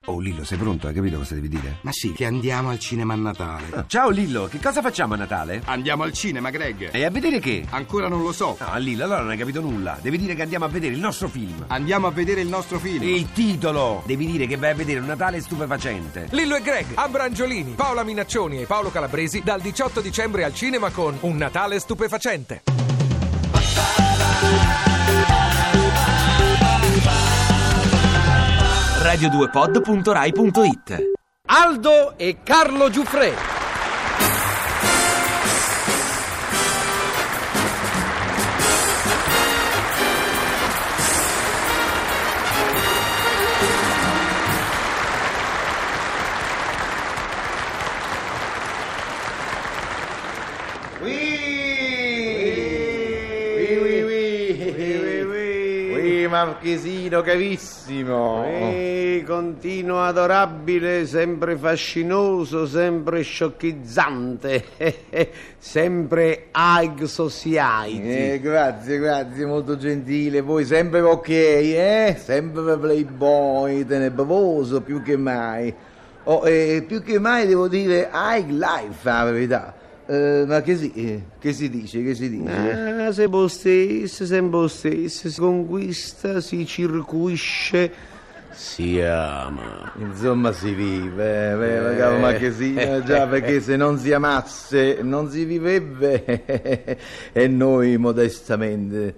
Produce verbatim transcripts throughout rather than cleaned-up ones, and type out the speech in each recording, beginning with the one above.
Oh Lillo, sei pronto? Hai capito cosa devi dire? Ma sì, che andiamo al cinema a Natale. Ah, ciao Lillo, che cosa facciamo a Natale? Andiamo al cinema, Greg. E a vedere che? Ancora non lo so. No, Lillo, allora non hai capito nulla. Devi dire che andiamo a vedere il nostro film. Andiamo a vedere il nostro film. Il titolo! Devi dire che vai a vedere un Natale stupefacente. Lillo e Greg, Ambra Angiolini, Paola Minaccioni e Paolo Calabresi dal diciotto dicembre al cinema con Un Natale stupefacente. radio due pod punto rai punto it. Aldo e Carlo Giuffre. Marchesino carissimo, Ehi, continuo adorabile, sempre fascinoso, sempre sciocchizzante, sempre high society. Eh, grazie, grazie, molto gentile. Voi sempre ok, eh? Sempre playboy, tenebroso, più che mai. Oh, eh, più che mai devo dire high life, la verità. Uh, ma che si, eh, che si dice, che si dice? Ah, sempre lo stesso, sempre lo stesso, si conquista, si circuisce, si ama. Insomma si vive, eh, vero, caro Eh. Marchesino, già, perché se non si amasse non si vivrebbe e noi modestamente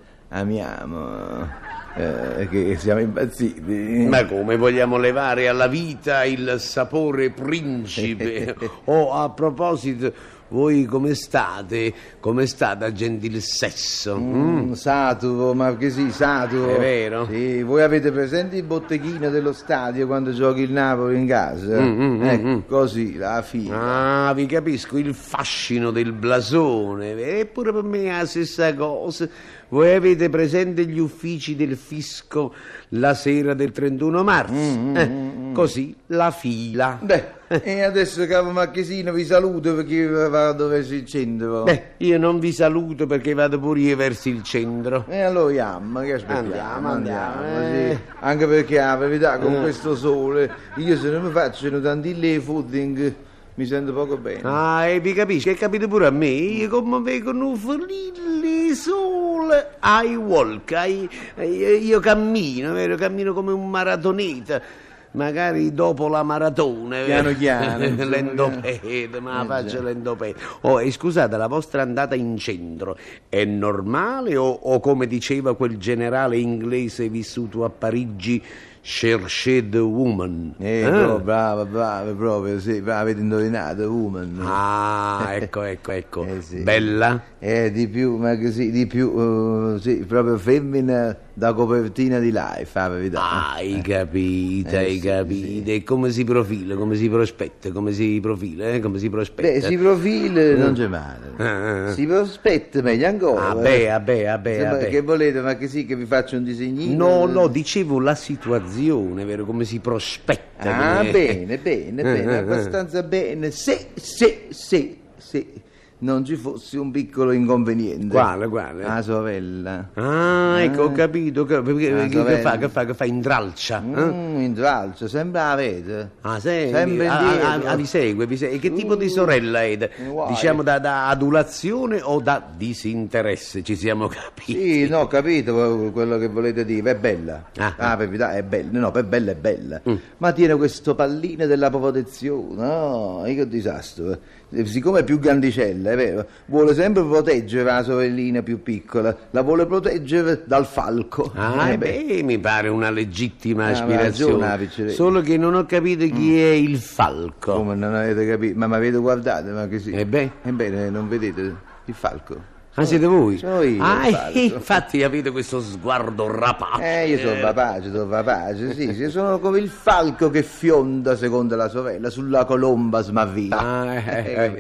amiamo. Eh, che siamo impazziti. Ma come vogliamo levare alla vita il sapore principe? Oh, a proposito, voi come state? Come state a gentil sesso? Mm, saturo, Marchesì, saturo. È vero? Sì, voi avete presente il botteghino dello stadio quando giochi il Napoli in casa? Mm, mm, ecco, mm. così, la fine. Ah, vi capisco, il fascino del blasone, eppure per me è la stessa cosa. Voi avete presente gli uffici del fisco la sera del trentuno marzo? Mm, eh, mm, mm. Così, la fila. Beh, e adesso, caro Marchesino, vi saluto perché io vado verso il centro. Beh, io non vi saluto perché vado pure io verso il centro. E allora andiamo, che aspettiamo? Andiamo, andiamo, sì. eh. Anche perché, la verità, con Eh. questo sole, io se non mi faccio tantille footing, mi sento poco bene. Ah, e vi capisco, che capite pure a me, io come vedo un frilli sole ai walk, ai, ai- io cammino, vero? Cammino come un maratoneta, magari dopo la maratona, Piano vero? piano, insomma, l'endopede, ma eh, la faccio già. l'endopede. Oh, e scusate, la vostra andata in centro è normale o, o come diceva quel generale inglese vissuto a Parigi, cherchez the woman? Eh, Ah. però, brava, brava, proprio, sì, brava, avete indovinato, woman. Ah, ecco, ecco, ecco. Eh, sì. Bella? Eh, di più, ma così, di più, uh, sì, proprio femmina da copertina di Life, la verità. Ah, hai capito, Eh, hai sì, capito. E come si profila, come si prospetta, come si profila, eh? Come si prospetta? Beh, si profila, non c'è male. Ah, ah. Si prospetta meglio ancora. Ah, eh. beh, ah, beh, ah, beh, Insomma, ah, beh. che volete, ma che sì, che vi faccio un disegnino? No, no, dicevo la situazione, vero? Come si prospetta. Ah, come- bene, bene, bene, Eh, eh, abbastanza bene. Se, se, se, se non ci fosse un piccolo inconveniente. Quale, quale? La sorella. Ah, ecco, ho capito. Che, perché- Ah, che, che sorella. fa, che fa, che fa, intralcia? eh? Mm, in tralcio, sembra la vede. Ah, se, Sempre ah, indietro. ah, ah, vi segue, vi segue. Che tipo di sorella è? guai. Diciamo da, da adulazione o da disinteresse? Ci siamo capiti? Sì, no, ho capito quello che volete dire, è bella. Ah. Ah, per verità è bella, no, per bella è bella. Mm. Ma tiene questo pallino della protezione, no, che disastro. Eh, Siccome è più grandicella, è vero, vuole sempre proteggere la sorellina più piccola, la vuole proteggere dal falco. Ah, Eh, beh, mi pare una legittima Ah, ma ragione, la aspirazione. piccerella. Solo che non ho capito chi è il falco. Come non avete capito? Ma mi avete guardato, ma che sì. Eh beh. Ebbene, non vedete il falco? Ah, siete voi? Sono io, Ah, il falco. eh, infatti avete questo sguardo rapace. Eh, io sono rapace, sono rapace, sì, sì, sono come il falco che fionda, secondo la sorella, sulla colomba smarrita. Ah, eh, eh, eh,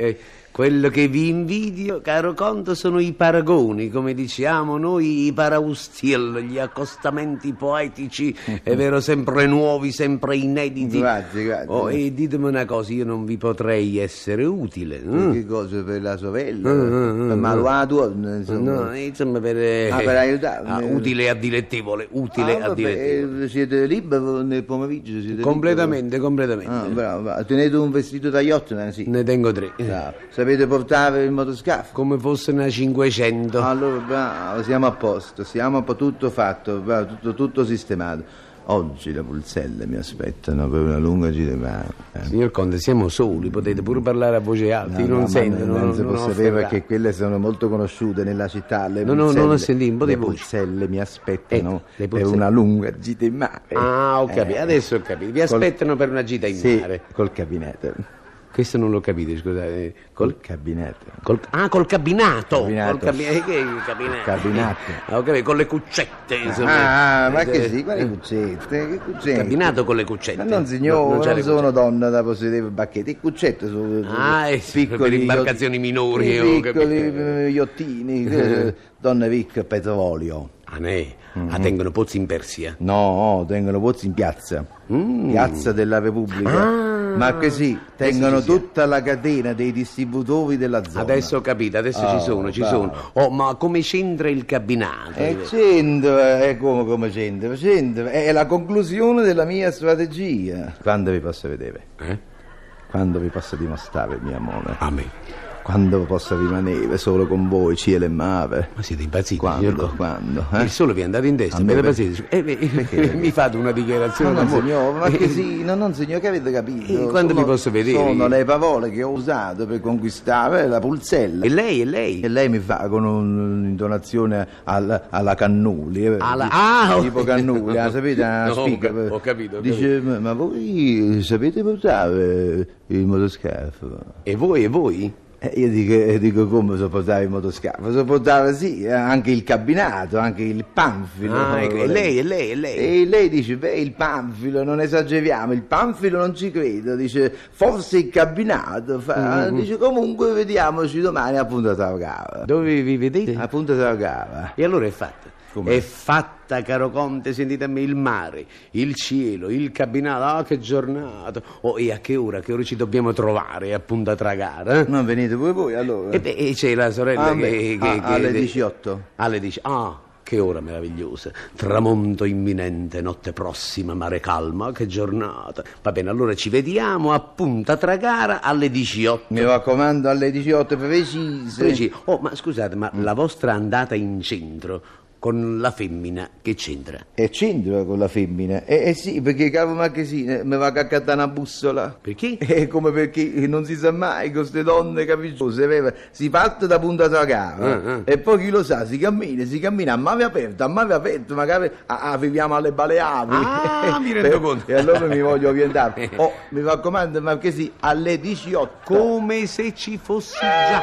Quello che vi invidio, caro Conte, sono i paragoni, come diciamo noi, i paraustiel, gli accostamenti poetici, è vero, sempre nuovi, sempre inediti. Grazie, grazie. Oh, e ditemi una cosa, io non vi potrei essere utile. Per eh? che cosa? Per la sorella? Mm, mm, Per mm. Maluato? Insomma. No, insomma, per, Ah, per aiutarmi. ah, utile a dilettevole, utile Ah, a vabbè, dilettevole. eh, siete liberi nel pomeriggio? Siete Completamente, liberi? completamente. Ah, bravo, bravo. Tenete un vestito da yachtman, sì. Ne tengo tre. Bravo. Sapete portare il motoscafo? Come fosse una cinquecento. Allora, bravo, siamo a posto, siamo un po' tutto fatto, bravo, tutto, tutto sistemato. Oggi le pulzelle mi aspettano per una lunga gita. Eh. Signor Conte, siamo soli, potete pure parlare a voce alta, No, io non no, ma sento, non, non, si non può ho sapere afferrato. perché quelle sono molto conosciute nella città. Le No, no, pulzelle, non ho sentito, un po' di le voce. pulzelle mi aspettano Ecco, le per pulzelle. una lunga gita in mare. Ah, ho capito, Eh. adesso ho capito. Vi aspettano per una gita in Sì, mare. col cabinetto. Questo non l'ho capito, scusate. Col, Col cabinetto. col- ah, col cabinato. Cabinato. Col cabi- eh, che è il cabinato? Cabinato. Ah, ho capito, con le cuccette, insomma. Ah, ma che Eh, sì, quali cuccette? Che cuccette? Cabinato con le cuccette. Ma non signore, No, non, c'ha le sono donna da possedere bacchetti, i cuccetti sono Ah, eh, sì, per imbarcazioni minori, i ho piccoli capito. eh, iottini, eh, donne ricche, petrolio. Ah, ne? Ah, tengono pozzi in Persia. No, tengono pozzi in piazza, Mm. piazza della Repubblica. Ah. Ma così tengono ci siamo. tutta la catena dei distributori della zona. Adesso ho capito, adesso Oh, ci sono, ci bravo. sono. Oh, ma come c'entra il cabinato? E c'entra, è come, come c'entra, c'entra, è la conclusione della mia strategia. Quando vi posso vedere? Eh? Quando vi posso dimostrare il mio amore? A me. Quando posso rimanere solo con voi, cielo e mare? Ma siete impazziti, Quando? signor Conte? Quando? eh? Il sole vi è andato in testa, A me per per- pazienza. Eh, beh, Perché? mi fate una Ma dichiarazione non d'amore. signore, ma Eh, che sì, no, non signore, che avete capito? E quando Sono- vi posso vedere? Sono le parole che ho usato per conquistare la pulzella. E lei, e lei? E lei mi fa con un- un'intonazione alla, alla Cannuli, eh, Alla- ti- ah, oh. tipo Cannuli, ah, sapete? Ah, No, ho spiega, cap- ho capito, ho Dice, ma, ma voi sapete portare il motoscafo? E voi, e voi? Eh, io dico, eh, dico come sopportare il motoscafo? Sopportare sì, eh, anche il cabinato, anche il panfilo. Ah, ecco, e volete. lei, e lei, e lei? E lei dice, beh, il panfilo, non esageriamo, il panfilo non ci credo, dice, forse il cabinato, fa, Mm-hmm. dice, comunque vediamoci domani a Punta Taugava. Dove vi vedete? A Punta Taugava. E allora è fatta. Come? È fatta, caro Conte, sentite a me, il mare, il cielo, il cabinato, ah, che giornata. Oh, e a che ora, a che ora ci dobbiamo trovare a Punta Tragara? Eh? Non venite pure voi allora? E beh, e c'è la sorella Ah, che, beh, che- ah, che- alle che- diciotto. Alle dieci. Ah, che ora meravigliosa. Tramonto imminente, notte prossima, mare calma, che giornata. Va bene, allora ci vediamo a Punta Tragara alle diciotto. Mi raccomando, alle diciotto precise. Preci- Oh, ma scusate, ma la vostra andata in centro con la femmina che c'entra? E c'entra con la femmina. Eh, eh sì, perché cavo Marchesina mi va a caccattare una bussola. Perché? È come perché non si sa mai con queste donne capricciose, vero? Si parte da Punta Tragara Ah, ah. e poi chi lo sa, si cammina, si cammina a mare aperto, a mare aperto, magari ah, ah, viviamo alle Baleari. Ah, mi rendo Eh, conto. E allora mi voglio orientare. Oh, mi raccomando, Marchesi, alle diciotto. Come se ci fossi già.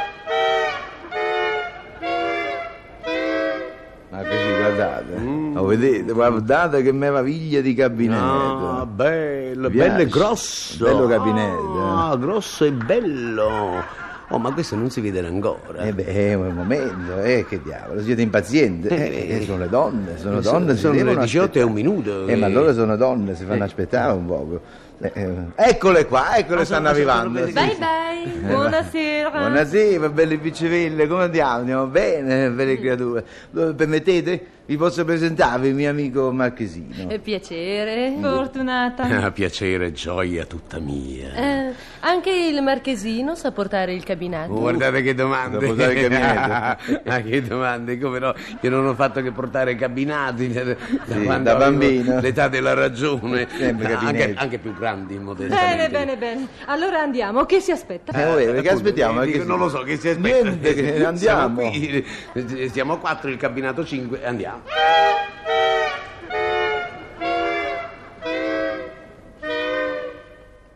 Ma così guardate, lo vedete, guardate che meraviglia di gabinetto. Ah, bello, Mi bello e piace. grosso. Bello gabinetto, Ah, grosso e bello. Oh, ma questo non si vede ancora. Eh beh, è un momento, eh, che diavolo, siete impazienti. Eh, eh, sono le donne, sono Eh, donne. sono- si sono devono le diciotto e un aspettare. minuto, Eh, eh. ma allora sono donne, si fanno Eh. aspettare un poco. Eh, eh, eccole qua, eccole Ah, stanno sono- sono arrivando. belle- sì, Bye sì. bye, buonasera. Buonasera, belle piccirelle, come andiamo? Andiamo bene, belle creature. Eh, Permettete? Vi posso presentare il mio amico Marchesino. Eh, piacere, fortunata. Ah, piacere, gioia tutta mia. Eh, anche il marchesino sa portare il cabinato. Oh, guardate che domande. Da portare il cabinetto. Ah, che domande, come no? Io non ho fatto che portare cabinati da, Sì, quando da avevo bambino. l'età della ragione. Sempre anche, cabinetti. anche più grandi, modestamente. Bene, bene, bene. Allora andiamo, che si aspetta? Eh, vabbè, perché Appunto, aspettiamo? dico, Marchesino? non lo so, che si aspetta. Niente, che andiamo. Siamo qui, siamo a quattro, il cabinato cinque, andiamo.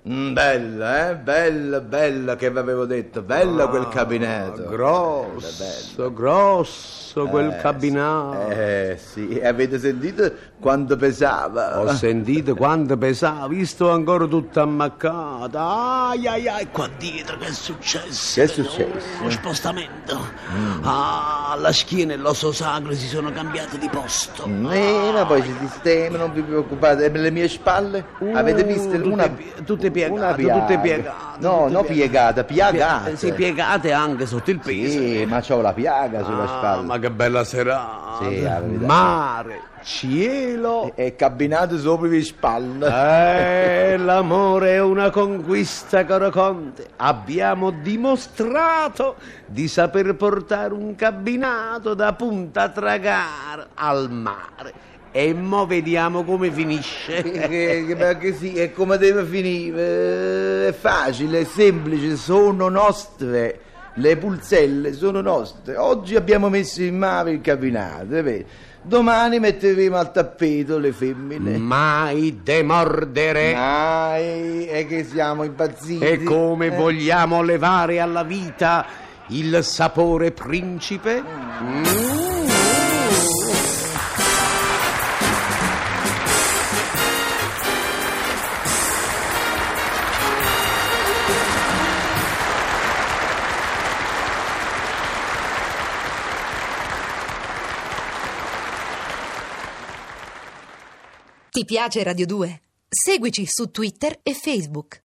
Mm, bella, eh? Bella, bella che vi avevo detto. Bella quel cabinetto. Grosso, grosso quel Eh, cabinato. Eh sì, avete sentito quanto pesava? Ho sentito quanto pesava, visto ancora tutto ammaccato. Ai ai ai, qua dietro che è successo? Che è successo? Uno spostamento. Ah, la schiena e l'osso sacro si sono cambiate di posto. Eh, ma poi ci sistema, non vi preoccupate. E le mie spalle? Avete visto? tutte Una, pie- tutte piegate, una piaga. tutte piegate, No, tutte non piegata, piagate. Pie- sì, piegate anche sotto il peso. Sì, ma c'ho la piaga sulla Ah, spalla. ma che bella serata. Sì, la verità. Mare, cielo. E cabinato sopra le spalle. Eh, l'amore è una conquista, caro Conte. Abbiamo dimostrato di saper portare un cabinato da Punta Tragara al mare. E mo vediamo come finisce. che, che, perché sì, è come deve finire. È facile, è semplice, sono nostre. Le pulzelle sono nostre. Oggi abbiamo messo in mare il cabinato, vedi? Domani metteremo al tappeto le femmine. Mai demordere. Mai, è che siamo impazziti. E come Eh. vogliamo levare alla vita il sapore principe? Mm. Ti piace Radio due? Seguici su Twitter e Facebook.